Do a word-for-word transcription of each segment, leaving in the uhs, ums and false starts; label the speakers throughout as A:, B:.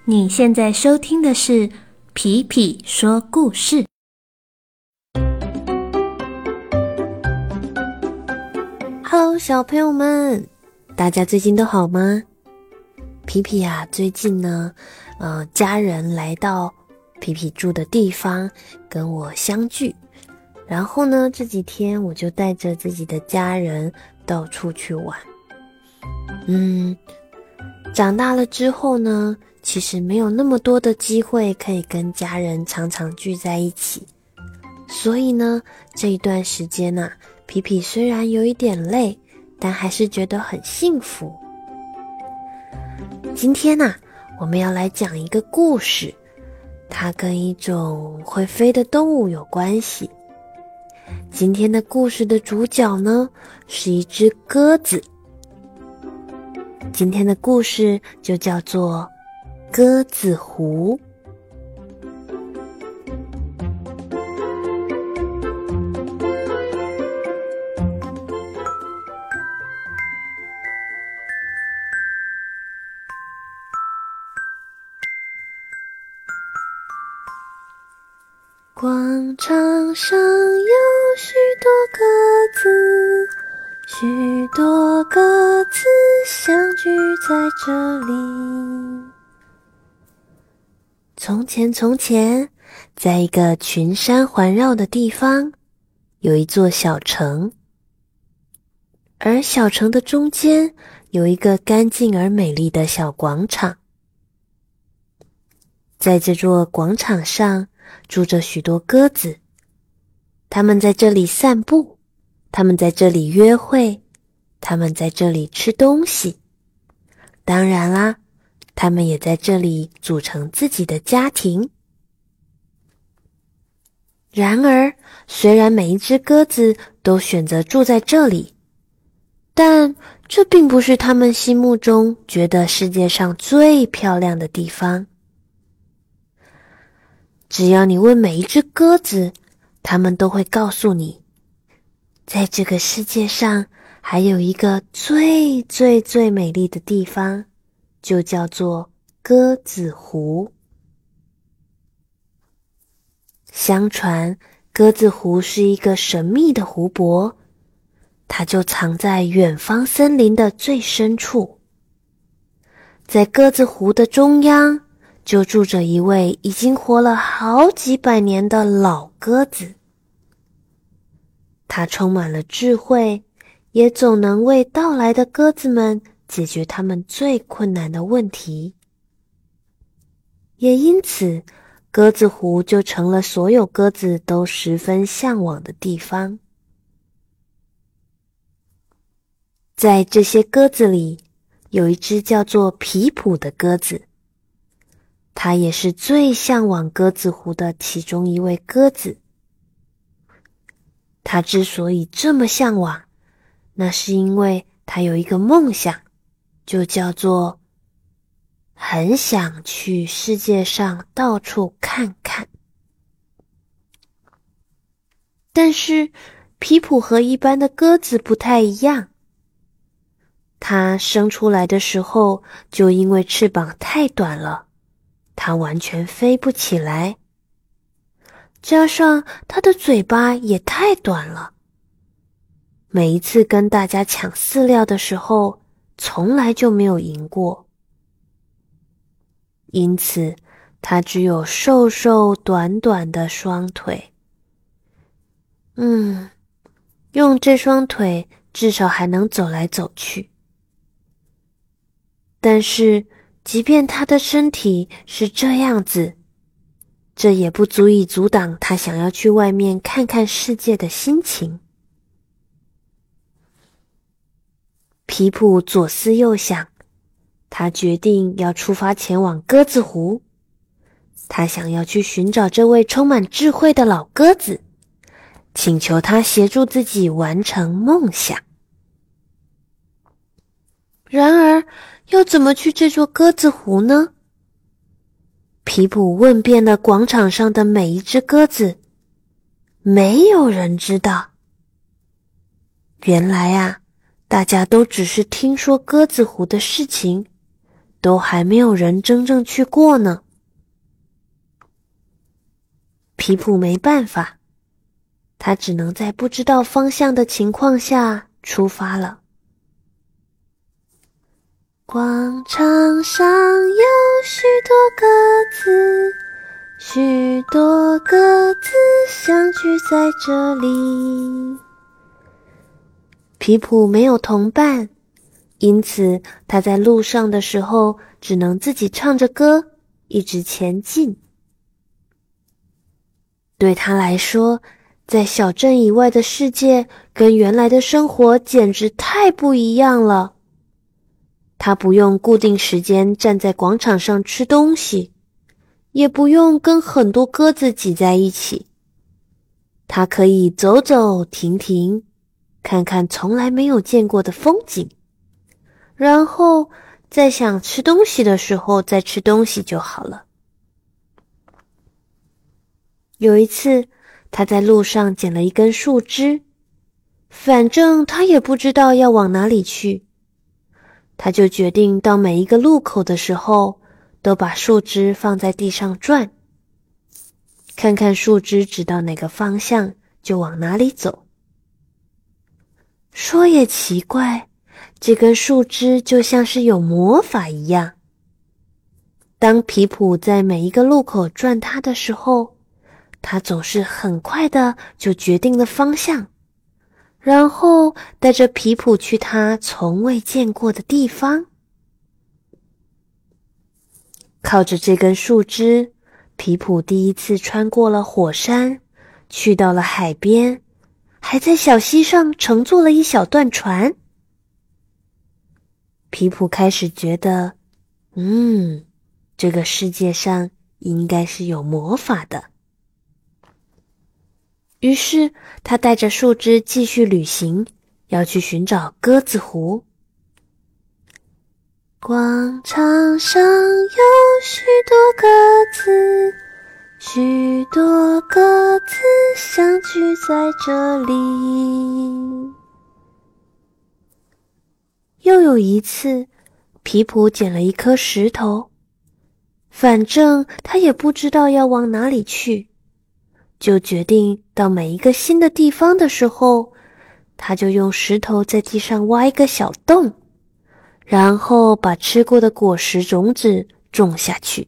A: 你现在收听的是皮皮说故事。
B: Hello， 小朋友们，大家最近都好吗？皮皮啊，最近呢，呃，家人来到皮皮住的地方跟我相聚，然后呢，这几天我就带着自己的家人到处去玩。嗯，长大了之后呢，其实没有那么多的机会可以跟家人常常聚在一起，所以呢，这一段时间啊，皮皮虽然有一点累，但还是觉得很幸福。今天啊，我们要来讲一个故事，它跟一种会飞的动物有关系。今天的故事的主角呢，是一只鸽子。今天的故事就叫做鸽子湖。广场上有许多鸽子，许多鸽子相聚在这里。从前从前，在一个群山环绕的地方，有一座小城，而小城的中间有一个干净而美丽的小广场。在这座广场上住着许多鸽子，它们在这里散步，它们在这里约会，它们在这里吃东西。当然啦，它们也在这里组成自己的家庭。然而，虽然每一只鸽子都选择住在这里，但这并不是它们心目中觉得世界上最漂亮的地方。只要你问每一只鸽子，它们都会告诉你，在这个世界上还有一个最最最美丽的地方，就叫做鸽子湖。相传，鸽子湖是一个神秘的湖泊，它就藏在远方森林的最深处。在鸽子湖的中央，就住着一位已经活了好几百年的老鸽子。它充满了智慧，也总能为到来的鸽子们解决他们最困难的问题。也因此，鸽子湖就成了所有鸽子都十分向往的地方。在这些鸽子里，有一只叫做皮普的鸽子，它也是最向往鸽子湖的其中一位鸽子。它之所以这么向往，那是因为它有一个梦想，就叫做很想去世界上到处看看。但是皮普和一般的鸽子不太一样，它生出来的时候就因为翅膀太短了，它完全飞不起来，加上它的嘴巴也太短了，每一次跟大家抢饲料的时候，从来就没有赢过。因此，它只有瘦瘦短短的双腿。嗯，用这双腿至少还能走来走去。但是，即便它的身体是这样子，这也不足以阻挡他想要去外面看看世界的心情。皮普左思右想，他决定要出发前往鸽子湖。他想要去寻找这位充满智慧的老鸽子，请求他协助自己完成梦想。然而，要怎么去这座鸽子湖呢？皮普问遍了广场上的每一只鸽子，没有人知道。原来啊，大家都只是听说鸽子湖的事情， 都还没有人真正去过呢。皮普没办法，他只能在不知道方向的情况下出发了。广场上有许多鸽子，许多鸽子相聚在这里。皮普没有同伴，因此他在路上的时候只能自己唱着歌，一直前进。对他来说，在小镇以外的世界跟原来的生活简直太不一样了。他不用固定时间站在广场上吃东西，也不用跟很多鸽子挤在一起。他可以走走停停，看看从来没有见过的风景，然后在想吃东西的时候再吃东西就好了。有一次，他在路上捡了一根树枝，反正他也不知道要往哪里去，他就决定到每一个路口的时候，都把树枝放在地上转，看看树枝指到哪个方向，就往哪里走。说也奇怪，这根树枝就像是有魔法一样。当皮普在每一个路口转它的时候，他总是很快的就决定了方向，然后带着皮普去他从未见过的地方。靠着这根树枝，皮普第一次穿过了火山，去到了海边，还在小溪上乘坐了一小段船。皮普开始觉得，嗯，这个世界上应该是有魔法的。于是他带着树枝继续旅行，要去寻找鸽子湖。广场上有许多鸽子，许多鸽子相聚在这里。又有一次，皮普捡了一颗石头，反正他也不知道要往哪里去，就决定到每一个新的地方的时候，他就用石头在地上挖一个小洞，然后把吃过的果实种子种下去。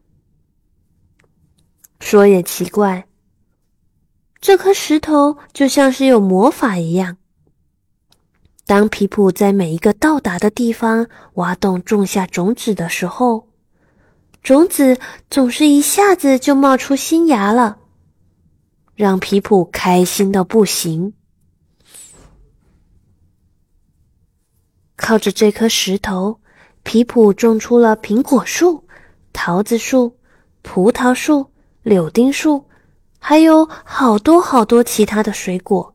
B: 说也奇怪，这颗石头就像是有魔法一样。当皮普在每一个到达的地方挖洞种下种子的时候，种子总是一下子就冒出新芽了，让皮普开心到不行。靠着这颗石头，皮普种出了苹果树、桃子树、葡萄树、柳丁树，还有好多好多其他的水果。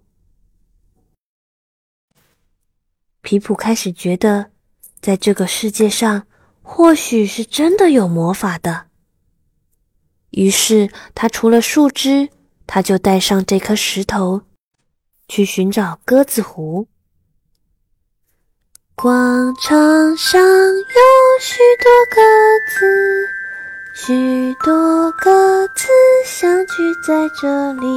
B: 皮普开始觉得，在这个世界上，或许是真的有魔法的。于是，他除了树枝，他就带上这颗石头，去寻找鸽子湖。广场上有许多鸽子，许多鸽子相聚在这里。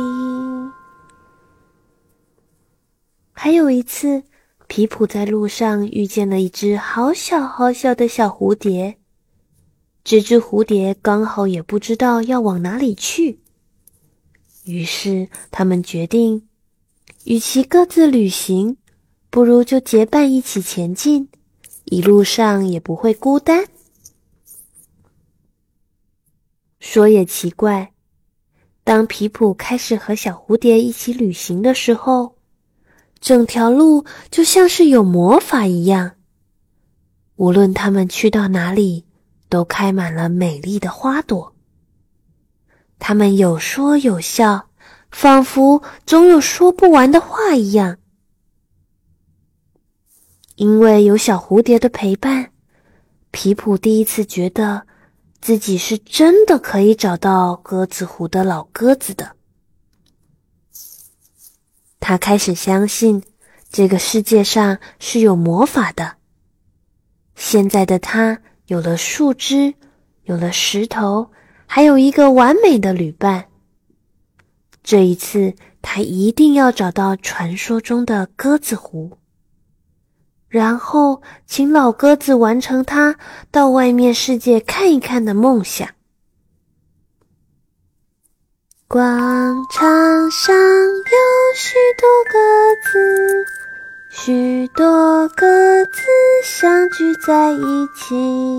B: 还有一次，皮普在路上遇见了一只好小好小的小蝴蝶，这只蝴蝶刚好也不知道要往哪里去，于是他们决定，与其各自旅行，不如就结伴一起前进，一路上也不会孤单。说也奇怪，当皮普开始和小蝴蝶一起旅行的时候，整条路就像是有魔法一样，无论他们去到哪里，都开满了美丽的花朵。他们有说有笑，仿佛总有说不完的话一样。因为有小蝴蝶的陪伴，皮普第一次觉得自己是真的可以找到鸽子湖的老鸽子的。他开始相信这个世界上是有魔法的。现在的他有了树枝，有了石头，还有一个完美的旅伴。这一次，他一定要找到传说中的鸽子湖，然后请老鸽子完成他到外面世界看一看的梦想。广场上有许多鸽子，许多鸽子相聚在一起。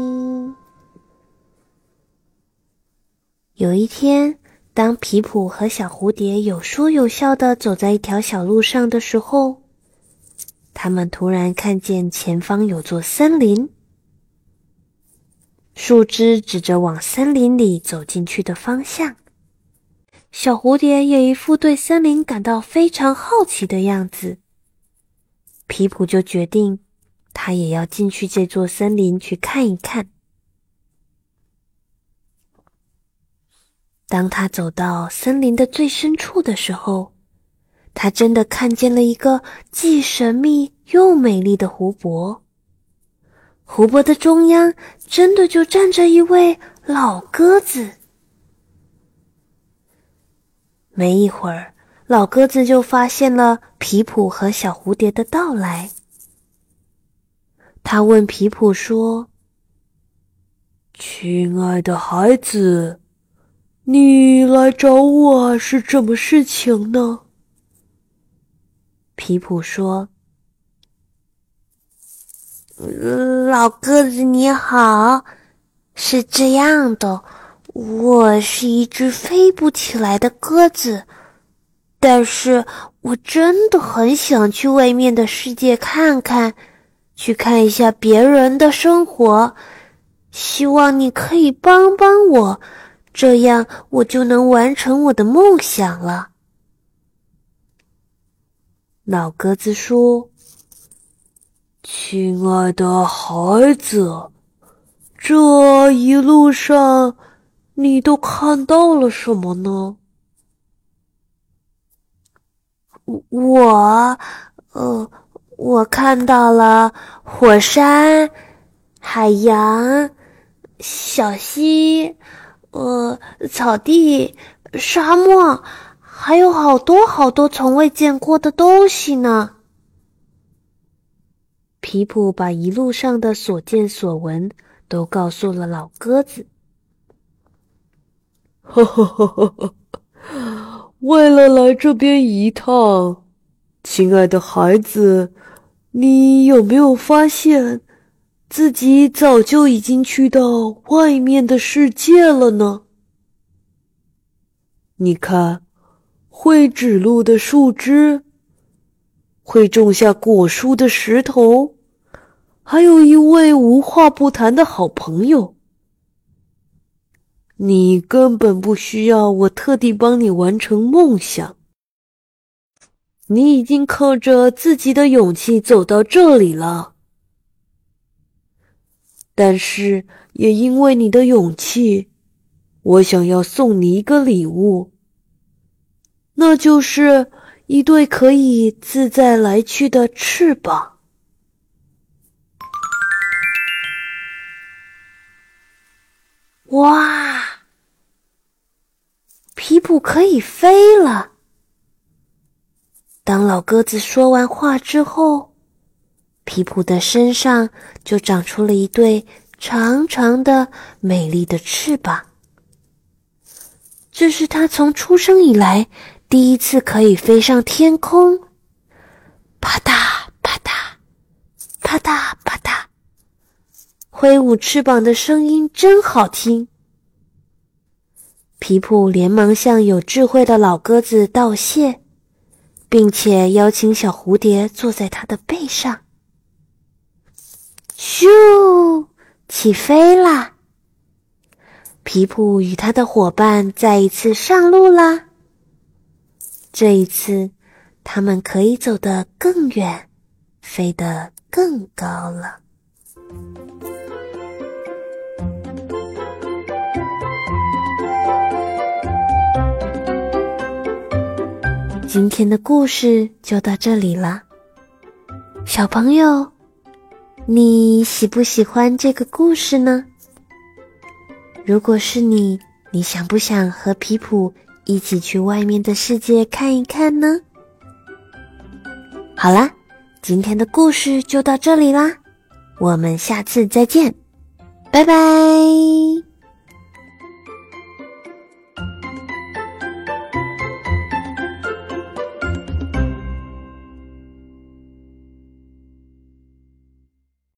B: 有一天，当皮普和小蝴蝶有说有笑地走在一条小路上的时候，他们突然看见前方有座森林，树枝指着往森林里走进去的方向。小蝴蝶也一副对森林感到非常好奇的样子，皮普就决定他也要进去这座森林去看一看。当他走到森林的最深处的时候，他真的看见了一个既神秘又美丽的湖泊。湖泊的中央真的就站着一位老鸽子。没一会儿，老鸽子就发现了皮普和小蝴蝶的到来。他问皮普说：亲爱的孩子，你来找我是什么事情呢？皮普说：老鸽子你好，是这样的，我是一只飞不起来的鸽子，但是我真的很想去外面的世界看看，去看一下别人的生活，希望你可以帮帮我，这样我就能完成我的梦想了。老鸽子说：亲爱的孩子，这一路上你都看到了什么呢？我，呃，我看到了火山、海洋、小溪，呃，草地、沙漠，还有好多好多从未见过的东西呢。皮普把一路上的所见所闻都告诉了老鸽子。呵呵呵呵呵，为了来这边一趟，亲爱的孩子，你有没有发现自己早就已经去到外面的世界了呢？你看，会指路的树枝，会种下果树的石头，还有一位无话不谈的好朋友。你根本不需要我特地帮你完成梦想，你已经靠着自己的勇气走到这里了。但是也因为你的勇气，我想要送你一个礼物，那就是一对可以自在来去的翅膀。哇！皮普可以飞了。当老鸽子说完话之后，皮普的身上就长出了一对长长的美丽的翅膀。这是他从出生以来第一次可以飞上天空。啪嗒啪嗒啪嗒啪嗒，挥舞翅膀的声音真好听。皮普连忙向有智慧的老鸽子道谢，并且邀请小蝴蝶坐在他的背上。咻，起飞啦！皮普与他的伙伴再一次上路啦。这一次，他们可以走得更远，飞得更高了。今天的故事就到这里了。小朋友， 你喜不喜欢这个故事呢？如果是你，你想不想和皮普一起去外面的世界看一看呢？好啦，今天的故事就到这里啦，我们下次再见，拜拜。